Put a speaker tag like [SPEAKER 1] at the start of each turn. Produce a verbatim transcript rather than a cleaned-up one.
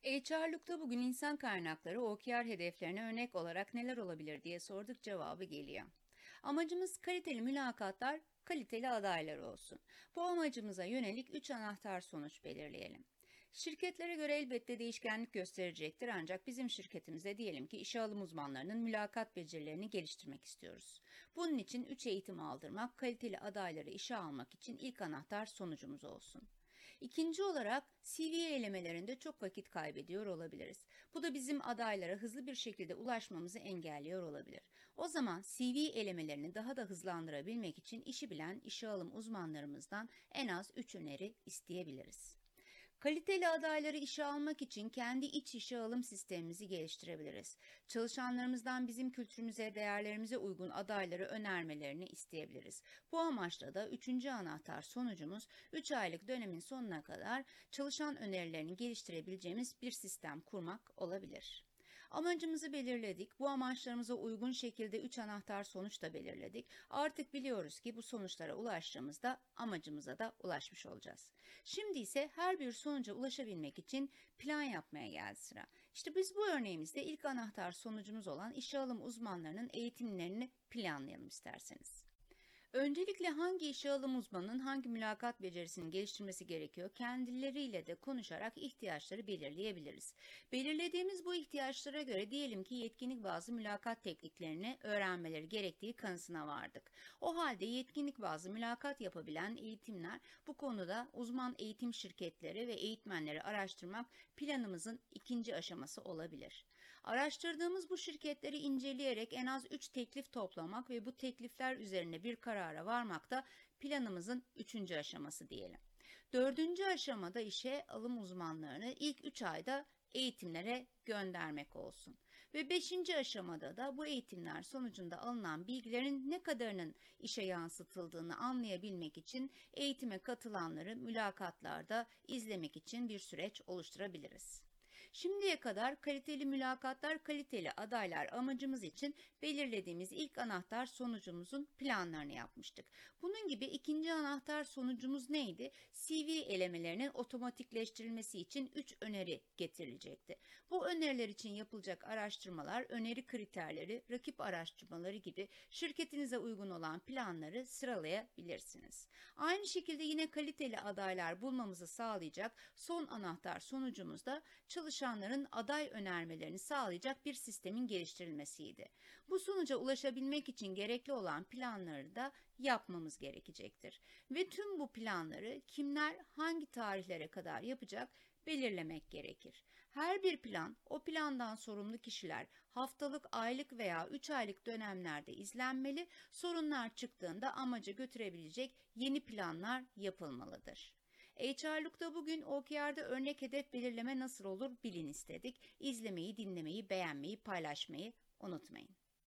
[SPEAKER 1] H R'lukta bugün insan kaynakları O K R hedeflerine örnek olarak neler olabilir diye sorduk, cevabı geliyor. Amacımız kaliteli mülakatlar, kaliteli adaylar olsun. Bu amacımıza yönelik üç anahtar sonuç belirleyelim. Şirketlere göre elbette değişkenlik gösterecektir, ancak bizim şirketimizde diyelim ki işe alım uzmanlarının mülakat becerilerini geliştirmek istiyoruz. Bunun için üç eğitim aldırmak, kaliteli adayları işe almak için ilk anahtar sonucumuz olsun. İkinci olarak C V elemelerinde çok vakit kaybediyor olabiliriz. Bu da bizim adaylara hızlı bir şekilde ulaşmamızı engelliyor olabilir. O zaman C V elemelerini daha da hızlandırabilmek için işi bilen işe alım uzmanlarımızdan en az üç öneri isteyebiliriz. Kaliteli adayları işe almak için kendi iç işe alım sistemimizi geliştirebiliriz. Çalışanlarımızdan bizim kültürümüze, değerlerimize uygun adayları önermelerini isteyebiliriz. Bu amaçla da üçüncü anahtar sonucumuz üç aylık dönemin sonuna kadar çalışan önerilerini geliştirebileceğimiz bir sistem kurmak olabilir. Amacımızı belirledik. Bu amaçlarımıza uygun şekilde üç anahtar sonuç da belirledik. Artık biliyoruz ki bu sonuçlara ulaştığımızda amacımıza da ulaşmış olacağız. Şimdi ise her bir sonuca ulaşabilmek için plan yapmaya geldi sıra. İşte biz bu örneğimizde ilk anahtar sonucumuz olan işe alım uzmanlarının eğitimlerini planlayalım isterseniz. Öncelikle hangi işe alım uzmanının hangi mülakat becerisini geliştirmesi gerekiyor, kendileriyle de konuşarak ihtiyaçları belirleyebiliriz. Belirlediğimiz bu ihtiyaçlara göre diyelim ki yetkinlik bazlı mülakat tekniklerini öğrenmeleri gerektiği kanısına vardık. O halde yetkinlik bazlı mülakat yapabilen eğitimler, bu konuda uzman eğitim şirketleri ve eğitmenleri araştırmak planımızın ikinci aşaması olabilir. Araştırdığımız bu şirketleri inceleyerek en az üç teklif toplamak ve bu teklifler üzerine bir karara varmak da planımızın üçüncü aşaması diyelim. Dördüncü aşamada işe alım uzmanlarını ilk üç ayda eğitimlere göndermek olsun. Ve beşinci aşamada da bu eğitimler sonucunda alınan bilgilerin ne kadarının işe yansıtıldığını anlayabilmek için eğitime katılanları mülakatlarda izlemek için bir süreç oluşturabiliriz. Şimdiye kadar kaliteli mülakatlar, kaliteli adaylar amacımız için belirlediğimiz ilk anahtar sonucumuzun planlarını yapmıştık. Bunun gibi ikinci anahtar sonucumuz neydi? C V elemelerinin otomatikleştirilmesi için üç öneri getirilecekti. Bu öneriler için yapılacak araştırmalar, öneri kriterleri, rakip araştırmaları gibi şirketinize uygun olan planları sıralayabilirsiniz. Aynı şekilde yine kaliteli adaylar bulmamızı sağlayacak son anahtar sonucumuz da çalışanların aday önermelerini sağlayacak bir sistemin geliştirilmesiydi. Bu sonuca ulaşabilmek için gerekli olan planları da yapmamız gerekecektir. Ve tüm bu planları kimler hangi tarihlere kadar yapacak belirlemek gerekir. Her bir plan, o plandan sorumlu kişiler haftalık, aylık veya üç aylık dönemlerde izlenmeli, sorunlar çıktığında amaca götürebilecek yeni planlar yapılmalıdır. H R'lukta bugün O K R'da örnek hedef belirleme nasıl olur bilin istedik. İzlemeyi, dinlemeyi, beğenmeyi, paylaşmayı unutmayın.